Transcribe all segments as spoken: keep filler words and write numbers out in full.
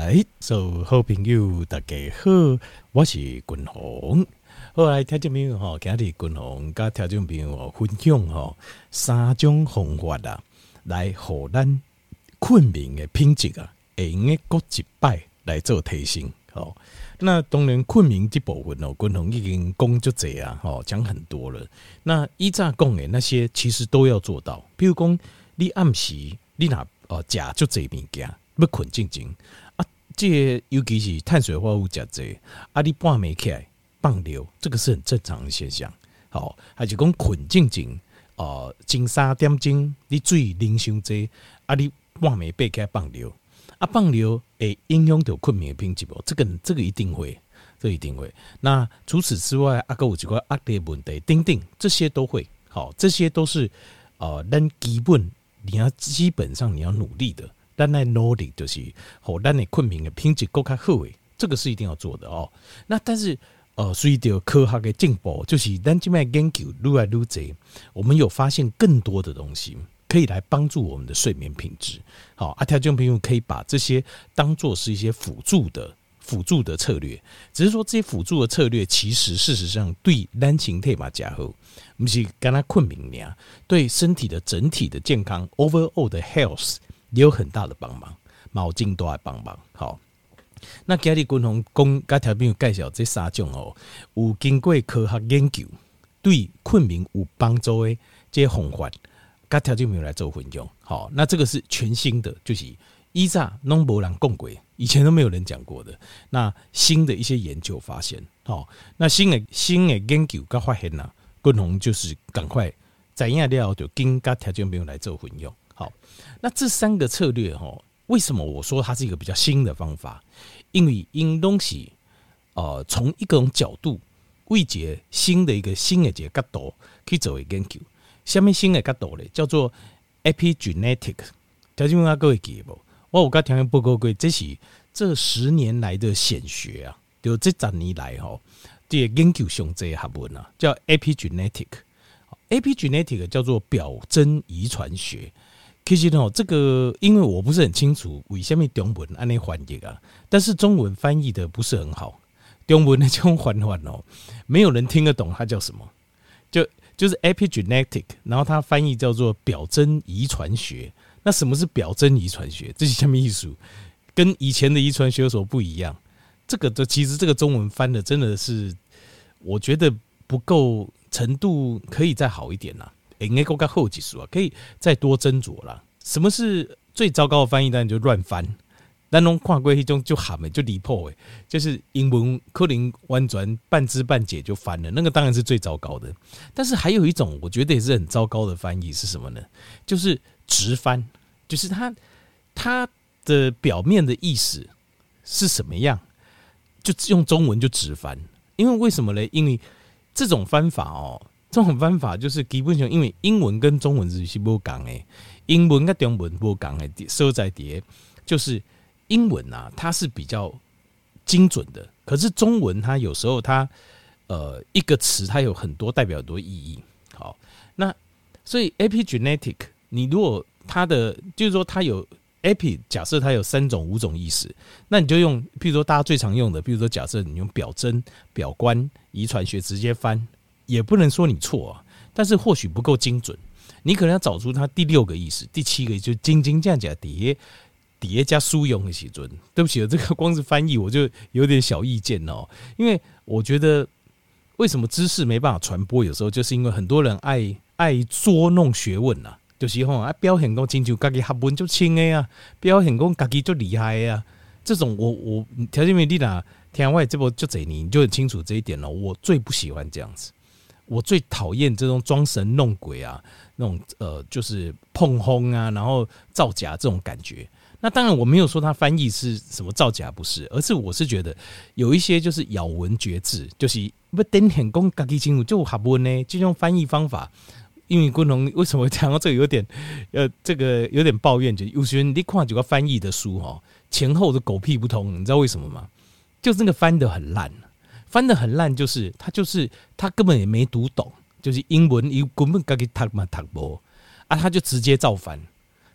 来，所有好朋友大家好，我是君鸿。好来，听众朋友吼，今日君鸿甲听众朋友分享吼三种方法啊，来互咱困眠的品质啊，会用的各一摆来做提升。好，那当然困眠这部分哦，君鸿已经讲足侪啊，吼讲很多了。那依早讲的那些，其实都要做到。比如讲，你暗时你若哦食足侪物件。要困静静啊，这尤其是碳水化合物食侪啊，你半暝起来放尿，这个是很正常的现象。好，还是讲困静静哦，前三点钟你水啉伤侪啊，你半暝爬起来放尿啊，放尿会影响到困眠的品质不？这个这个一定会，这个、一定会。那除此之外，啊，还有一个压力问题等等，这些都会。好，这些都是呃，咱基本你要基本上你要努力的。咱来努力就是，让咱的困眠的品质更加好诶，这个是一定要做的哦。那但是，呃，随着科学的进步，就是咱这边研究愈来愈多，我们有发现更多的东西可以来帮助我们的睡眠品质。好，啊，听众朋友可以把这些当做是一些辅助的辅助的策略，只是说这些辅助的策略，其实事实上对咱身体嘛加好，不是干那困眠尔，对身体的整体的健康 overall 的 health。也有很大的帮忙，毛巾都来帮忙。好，那今日君鸿讲甲条朋友介绍这三种哦，有经过科学研究，对困眠有帮助的这些方法，甲条朋友来做分享。好，那这个是全新的，就是以前拢无人讲过，以前都没有人讲过的。那新的一些研究发现，好，那新的新的研究甲发现呐，君鸿就是赶快知影了后，就跟甲条朋友来做分享。好，那这三个策略哈，为什么我说它是一个比较新的方法？因为因东西，呃，从一种角度，为解新的一个新的一个角度去做一个研究。下面新的角度呢，叫做 epigenetic。条件问各位记不？我有跟条件报告过，这是这十年来的显学啊，就这十年来哈，这个研究上这学问啊，叫 epigenetic。epigenetic 叫做表征遗传学。其实呢，这个因为我不是很清楚为什么中文按呢翻译啊，但是中文翻译的不是很好。中文的这种翻法哦，没有人听得懂它叫什么，就就是 epigenetic， 然后它翻译叫做表征遗传学。那什么是表征遗传学？这是什么意思？跟以前的遗传学有什么不一样？这个的其实这个中文翻的真的是，我觉得不够程度，可以再好一点啦。应该更加好技术啊，可以再多斟酌啦。什么是最糟糕的翻译？当然就乱翻。咱拢看过迄种就喊的就离谱的，就是英文可能完全半知半解就翻了，那个当然是最糟糕的。但是还有一种我觉得也是很糟糕的翻译是什么呢？就是直翻，就是它它的表面的意思是什么样，就用中文就直翻。因为为什么呢？因为这种翻法哦。这种方法就是基本上，因为英文跟中文是不同的，英文跟中文不同的所在地，就是英文啊，它是比较精准的，可是中文它有时候它呃一个词它有很多代表很多意义。好，那所以 epigenetic， 你如果它的就是说它有 epi， 假设它有三种五种意思，那你就用，譬如说大家最常用的，譬如说假设你用表征、表观、遗传学直接翻。也不能说你错啊，但是或许不够精准，你可能要找出它第六个意思、第七个，就精精这样讲底下底下加书用的时阵。对不起，这个光是翻译我就有点小意见哦，因为我觉得为什么知识没办法传播，有时候就是因为很多人爱爱捉弄学问啊，就是吼啊表现讲亲像家己学问就轻的啊，表现讲家己就厉害的啊，这种我我条件没你啦，听我这部就这你你就很清楚这一点了。我最不喜欢这样子。我最讨厌这种装神弄鬼啊，那种呃，就是碰轰啊，然后造假这种感觉。那当然我没有说他翻译是什么造假，不是，而是我是觉得有一些就是咬文嚼字，就是不等很讲自己清楚就学问呢，这种翻译方法。因为君鸿为什么讲到这个有点呃，这个有点抱怨，就有些人你看几个翻译的书哈，前后的狗屁不通，你知道为什么吗？就是那个翻得很烂。翻得很烂，就是他就是他根本也没读懂，就是英文伊根本自己读嘛读无啊，他就直接照翻，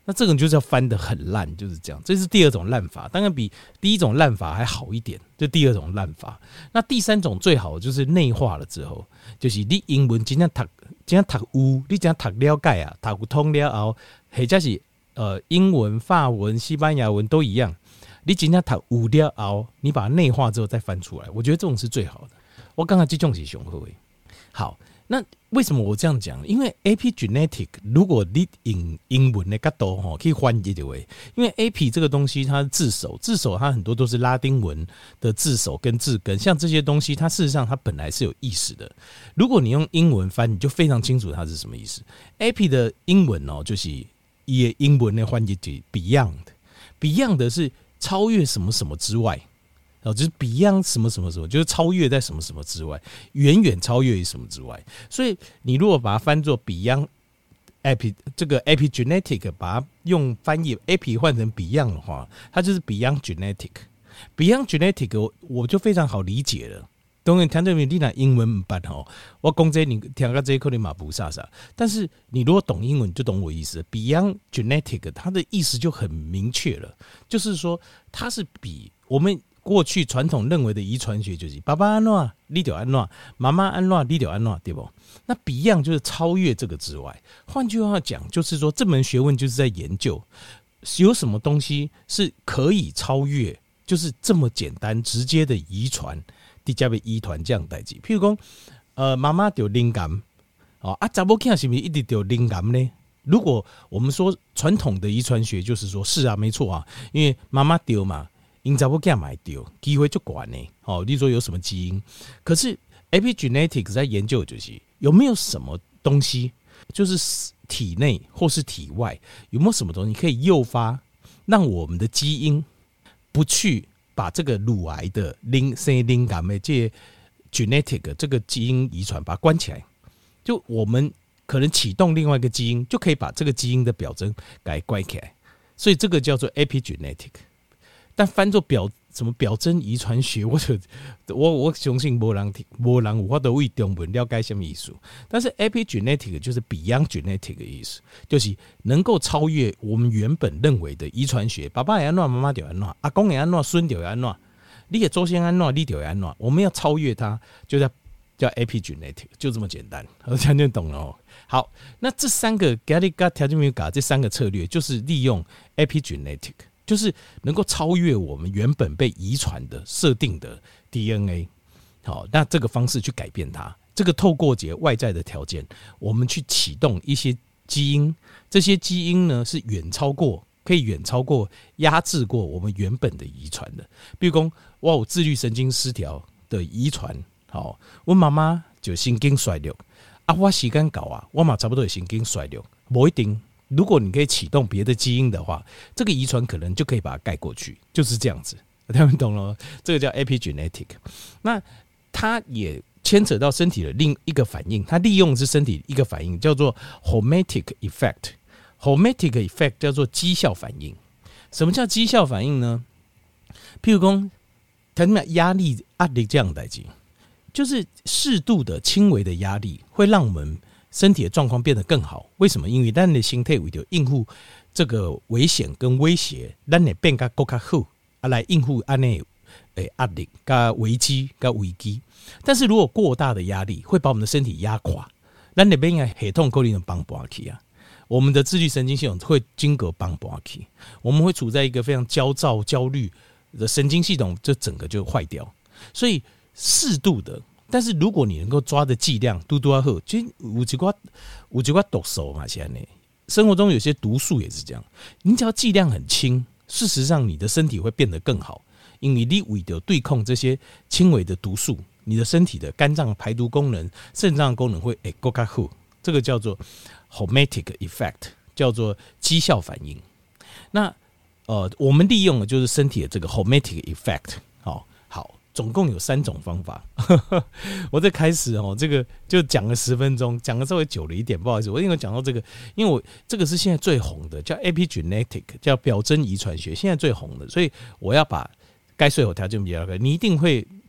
那这个就是要翻得很烂，就是这样。这是第二种烂法，当然比第一种烂法还好一点，就第二种烂法。那第三种最好就是内化了之后，就是你英文真正读，真正读有，你真正读了解啊，读通了后，或者是呃英文、法文、西班牙文都一样，你真正读有了后，你把它内化之后再翻出来，我觉得这种是最好的。我刚才这种是上好的。好。那为什么我这样讲？因为 epigenetic 如果你用英文的角度可以翻译的为，因为 epi 这个东西它是字首，字首它很多都是拉丁文的字首跟字根，像这些东西它事实上它本来是有意思的。如果你用英文翻，你就非常清楚它是什么意思。epi 的英文哦，就是以英文的翻译是 beyond，beyond 的是超越什么什么之外。哦，就是 beyond 什么什么什么，就是超越在什么什么之外，远远超越于什么之外。所以你如果把它翻作 beyond epi 这个 epigenetic， 把它用翻译 epi 换成 beyond 的话，它就是 beyond genetic。beyond genetic 我, 我就非常好理解了。当然，听到你那英文不办吼，我讲这你听到这一刻你马不傻傻。但是你如果懂英文，就懂我意思。Beyond genetic 它的意思就很明确了，就是说它是比我们过去传统认为的遗传学就是爸爸安怎你就安怎，妈妈安怎你就安怎，对不？那 Beyond 就是超越这个之外。换句话讲，就是说这门学问就是在研究有什么东西是可以超越，就是这么简单直接的遗传。直接被遗传这样代志，譬如讲，呃，妈妈得灵感，哦啊，查某囝是不是一直得灵感呢？如果我们说传统的遗传学，就是说是啊，没错啊，因为妈妈丢嘛，因查某囝嘛丢，机会就管呢。哦，例如说有什么基因，可是 epigenetics 在研究就是有没有什么东西，就是体内或是体外有没有什么东西可以诱发，让我们的基因不去。把这个乳癌的灵生灵感的这 genetic 这个基因遗传把它关起来，就我们可能启动另外一个基因，就可以把这个基因的表征给关起来，所以这个叫做 epigenetic。但翻作表什么表征遗传学，我就我我相信没人没人有法度为中文了解什么意思。但是 epigenetic 就是 beyond genetic 的意思，就是能够超越我们原本认为的遗传学。爸爸也安怎，妈妈就安怎，阿公也安怎，孙就安怎，你的祖先安怎，你就安怎。我们要超越它，就叫叫 epigenetic， 就这么简单。我这样就懂了哦。好，那这三个 Gattaca Tanganyika 这三个策略，就是利用 epigenetic。就是能够超越我们原本被遗传的设定的 D N A， 好，那这个方式去改变它，这个透过解外在的条件，我们去启动一些基因，这些基因呢是远超过，可以远超过压制过我们原本的遗传的。比如说，我有自律神经失调的遗传，好，我妈妈就神经衰弱，啊，我时间到啊，我嘛差不多也神经衰弱，不一定。如果你可以启动别的基因的话，这个遗传可能就可以把它盖过去，就是这样子。他们懂了，这个叫 epigenetic。那它也牵扯到身体的另一个反应，它利用的是身体一个反应，叫做 hormetic effect。hormetic effect 叫做绩效反应。什么叫绩效反应呢？譬如说，他们压力、压力这样的代志，就是适度的、轻微的压力会让我们身体的状况变得更好。为什么？因为咱的身体为了应付这个危险跟威胁，咱会变得更加好啊，来应付安内诶压力、跟危机、跟危机。但是如果过大的压力会把我们的身体压垮，咱那边的系统可能崩盘去啊。我们的自律神经系统会经过崩盘去，我们会处在一个非常焦躁、焦虑的神经系统，这整个就坏掉。所以适度的。但是如果你能够抓的剂量嘟嘟啊好，其实有一挂有一挂毒素嘛，现在生活中有些毒素也是这样。你只要剂量很轻，事实上你的身体会变得更好，因为你为了对抗这些轻微的毒素，你的身体的肝脏排毒功能、肾脏功能会诶更加好。这个叫做 hormetic effect， 叫做绩效反应。那呃，我们利用的就是身体的这个 hormetic effect。好，好。总共有三种方法，我在开始哦，这个就讲了十分钟，讲的稍微久了一点，不好意思，我因为讲到这个，因为我这个是现在最红的，叫 epigenetic， 叫表征遗传学，现在最红的，所以我要把该说有条件比较高，你一定会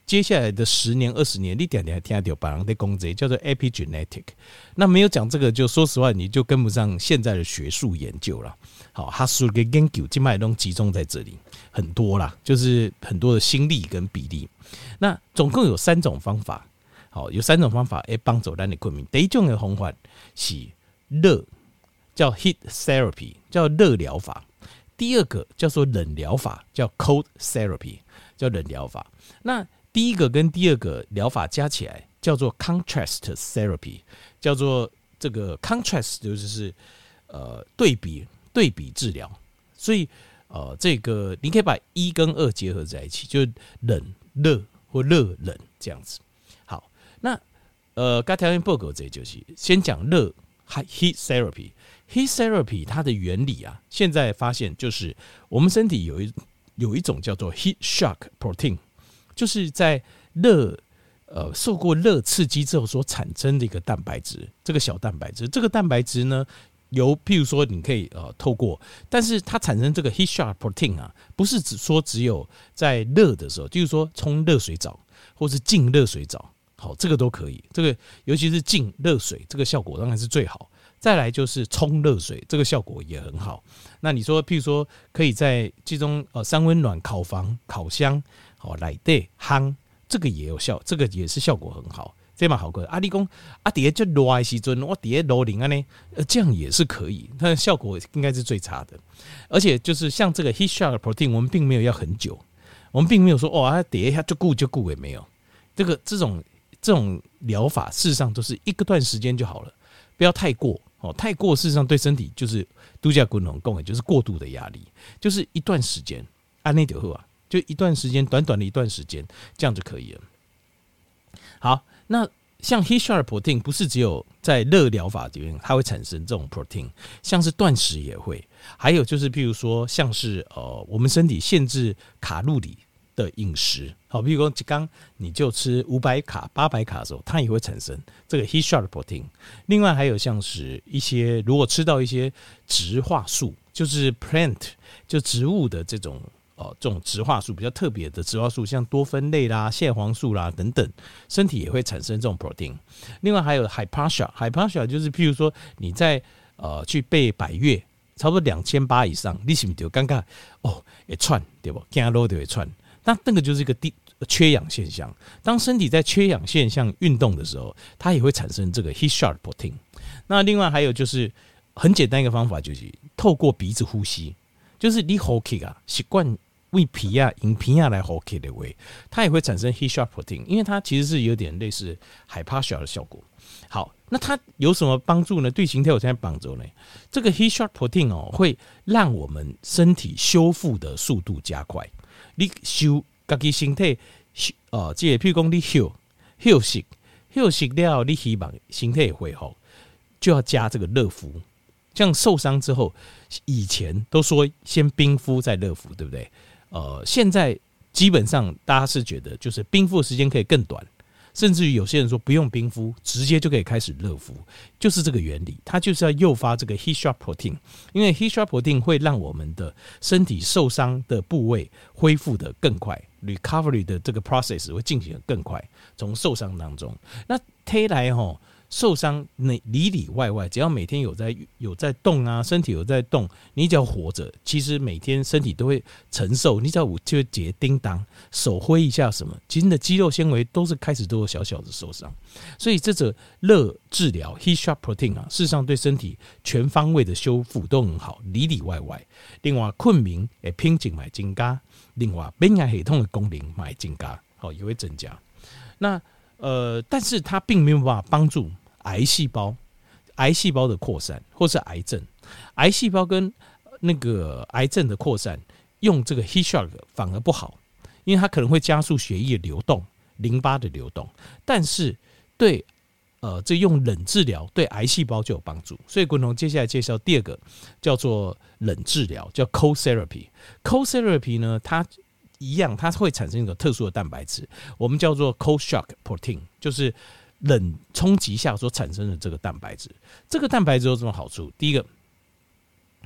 接下来的十年、二十年，你点点听到别人在讲这叫做 epigenetic。那没有讲这个，就说实话，你就跟不上现在的学术研究了。好，哈数的研究今麦都集中在这里，很多啦，就是很多的心力跟比例。那总共有三种方法，好，有三种方法来帮助咱的困眠。第一种的方法是热，叫 heat therapy， 叫热疗法。第二个叫做冷疗法，叫 cold therapy， 叫冷疗法。那第一个跟第二个疗法加起来叫做 contrast therapy， 叫做这个 contrast 就是呃对比对比治疗，所以呃这个你可以把一跟二结合在一起，就冷热或热冷这样子。好，那呃刚条件报告这就是先讲热 heat therapy。heat therapy 它的原理啊，现在发现就是我们身体有一有一种叫做 heat shock protein。就是在热呃受过热刺激之后所产生的一个蛋白质，这个小蛋白质，这个蛋白质呢，由譬如说你可以呃透过，但是它产生这个 heat shock protein 啊，不是只说只有在热的时候，就是说冲热水澡或是浸热水澡，好，这个都可以，这个尤其是浸热水，这个效果当然是最好。再来就是冲热水，这个效果也很好。那你说，譬如说可以在这种呃三温暖烤房、烤箱。好，内底烘这个也有效，这个也是效果很好，这蛮好过的。啊，你讲啊，底下就热的时阵，我底下楼龄啊呢，呃，这样也是可以，它的效果应该是最差的。而且就是像这个 heat shock protein， 我们并没有要很久，我们并没有说哦，啊，底下就顾就顾也没有。这个这种这种疗法，事实上都是一个段时间就好了，不要太过哦，太过事实上对身体就是度假滚龙共，也就是过度的压力，就是一段时间，按那就好啊。就一段时间，短短的一段时间，这样就可以了。好，那像 heat shock protein 不是只有在热疗法里面它会产生这种 protein， 像是断食也会，还有就是譬如说像是呃我们身体限制卡路里的饮食，好，比如说刚你就吃五百卡、八百卡的时候，它也会产生这个 heat shock protein。另外还有像是一些如果吃到一些植化素，就是 plant 就植物的这种。哦，这种植化素比较特别的植化素，像多酚类啦、蟹黄素啦等等，身体也会产生这种 protein。另外还有 hypatia，hypatia 就是譬如说你在呃去背百岳，差不多两千八以上，你是不是就尴尬哦？会喘对不？走路就会喘，那那个就是一个低缺氧现象。当身体在缺氧现象运动的时候，它也会产生这个 heat shock protein。那另外还有就是很简单一个方法，就是透过鼻子呼吸，就是你呼吸啊，习惯。为皮啊、引皮啊来呼吸的way，它也会产生 heat shock protein， 因为它其实是有点类似 hypatia 的效果。好，那它有什么帮助呢？对形态有什么帮助呢？这个 heat shock protein 哦，会让我们身体修复的速度加快。你修自己身体，呃，这个譬如讲你休休息休息了，你希望身体恢复，就要加这个热敷。像受伤之后，以前都说先冰敷再热敷，对不对？呃，现在基本上大家是觉得就是冰敷的时间可以更短，甚至于有些人说不用冰敷，直接就可以开始热敷，就是这个原理，它就是要诱发这个 heat shock protein， 因为 heat shock protein 会让我们的身体受伤的部位恢复的更快 ，recovery 的这个 process 会进行的更快，从受伤当中，那推来吼。受伤里里外外，只要每天有在有在动啊，身体有在动，你只要活着，其实每天身体都会承受。你只要有就节叮当手挥一下什么，其实你的肌肉纤维都是开始都有小小的受伤。所以这种热治疗 heat shock protein 啊，事实上对身体全方位的修复都很好，里里外外。另外困眠的品质也增加，另外免疫系统的功能也增加，好也会增加。那呃，但是它并没有办法帮助癌细胞、癌细胞的扩散，或是癌症。癌细胞跟那个癌症的扩散，用这个 heat shock 反而不好，因为它可能会加速血液流动、淋巴的流动。但是对呃，这用冷治疗对癌细胞就有帮助。所以滚筒接下来介绍第二个叫做冷治疗，叫 cold therapy。cold therapy 呢，它一样，它会产生一个特殊的蛋白质，我们叫做 cold shock protein， 就是冷冲击下所产生的这个蛋白质。这个蛋白质有什么好处？第一个，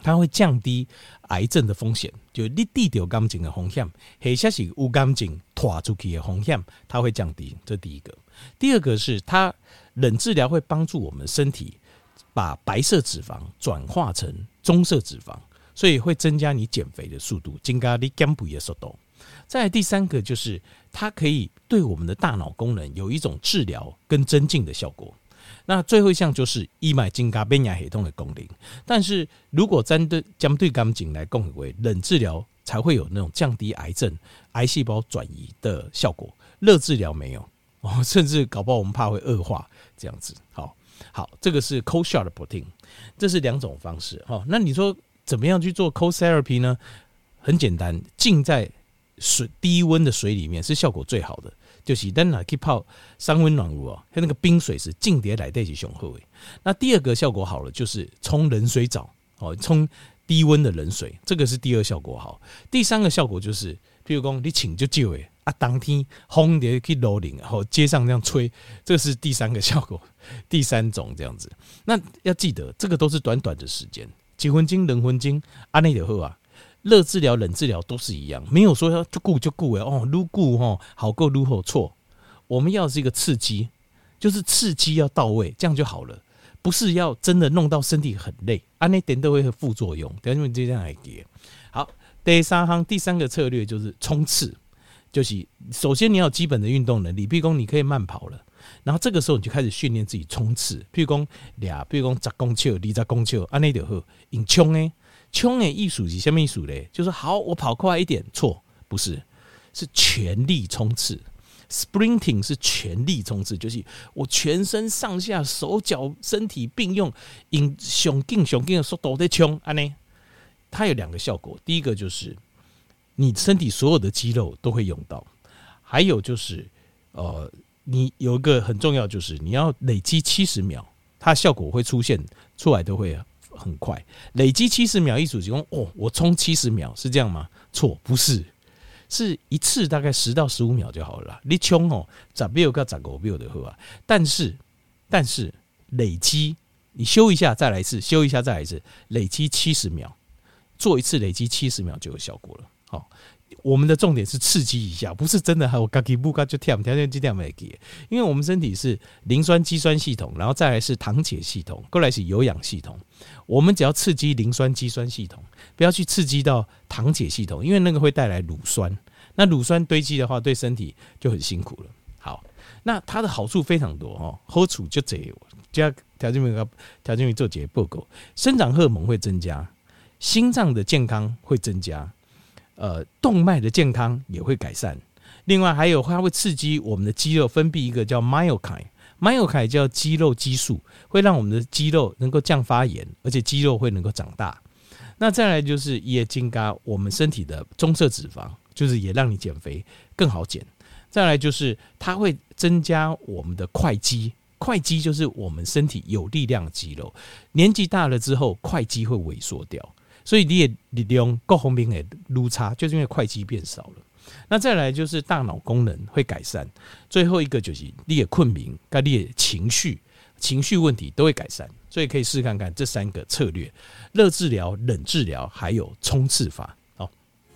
它会降低癌症的风险，就你滴到感情的风险，或者是有感情拖出去的风险，它会降低。这第一个。第二个是它冷治疗会帮助我们身体把白色脂肪转化成棕色脂肪，所以会增加你减肥的速度，增加你减肥的速度。再来第三个就是它可以对我们的大脑功能有一种治疗跟增进的效果。那最后一项就是伊买增加免疫系统的功能，但是如果针对针对感情来讲，为冷治疗才会有那种降低癌症、癌细胞转移的效果，热治疗没有，哦，甚至搞不好我们怕会恶化这样子。好，好，这个是 cold shock protein， 这是两种方式。好，那你说怎么样去做 cold therapy 呢？很简单，浸在水低温的水里面是效果最好的。就是咱若去泡三温暖炉哦，它那个冰水是浸在内底是上好的。那第二个效果好了，就是冲冷水澡哦，冲低温的冷水，这个是第二效果好。第三个效果就是，譬如讲你请就少诶啊，当天风的去楼顶，然后街上这样吹，这个是第三个效果，第三种这样子。那要记得，这个都是短短的时间，几分钟、两分钟，安内就好啊。热治疗、冷治疗都是一样，没有说要就顾就顾哦，愈顾哦好过愈好错。我们要的是一个刺激，就是刺激要到位，这样就好了，不是要真的弄到身体很累，啊那点都会有副作用。等下就这样来给。好，第三行第三个策略就是冲刺，就是首先你要有基本的运动能力，譬如说你可以慢跑了，然后这个时候你就开始训练自己冲刺，譬如说俩，譬如说十公尺、二十公尺，啊那就好，用冲诶。冲的艺术是什么艺术嘞？就是好，我跑快一点，错，不是，是全力冲刺。Sprinting 是全力冲刺，就是我全身上下、手脚、身体并用，用上劲上劲的速度在冲。安呢，它有两个效果，第一个就是你身体所有的肌肉都会用到，还有就是呃，你有一个很重要，就是你要累积七十秒，它效果会出现出来都会很快，累积七十秒一组提供哦，我冲七十秒是这样吗？错，不是，是一次大概十到十五秒就好了啦。你冲哦，十秒到十五秒就好啊。但是，但是累积，你休一下再来一次，休一下再来一次，累积七十秒，做一次累积七十秒就有效果了。好，我们的重点是刺激一下，不是真的还有自己不就跳跳跳就跳没给，因为我们身体是磷酸肌酸系统，然后再来是糖解系统，过来是有氧系统。我们只要刺激磷酸肌酸系统，不要去刺激到糖解系统，因为那个会带来乳酸。那乳酸堆积的话，对身体就很辛苦了。好，那它的好处非常多哦，好处就这，加条件员条件员做节报告，生长荷尔蒙会增加，心脏的健康会增加。呃，动脉的健康也会改善，另外还有它会刺激我们的肌肉分泌一个叫 myokine，myokine 叫肌肉激素，会让我们的肌肉能够降发炎，而且肌肉会能够长大。那再来就是也增加我们身体的棕色脂肪，就是也让你减肥更好减。再来就是它会增加我们的快肌，快肌就是我们身体有力量的肌肉，年纪大了之后快肌会萎缩掉。所以你的力量各方面的愈差，就是因为会肌变少了。那再来就是大脑功能会改善，最后一个就是你的困眠跟你的情绪情绪问题都会改善。所以可以试看看这三个策略：热治疗、冷治疗，还有冲刺法。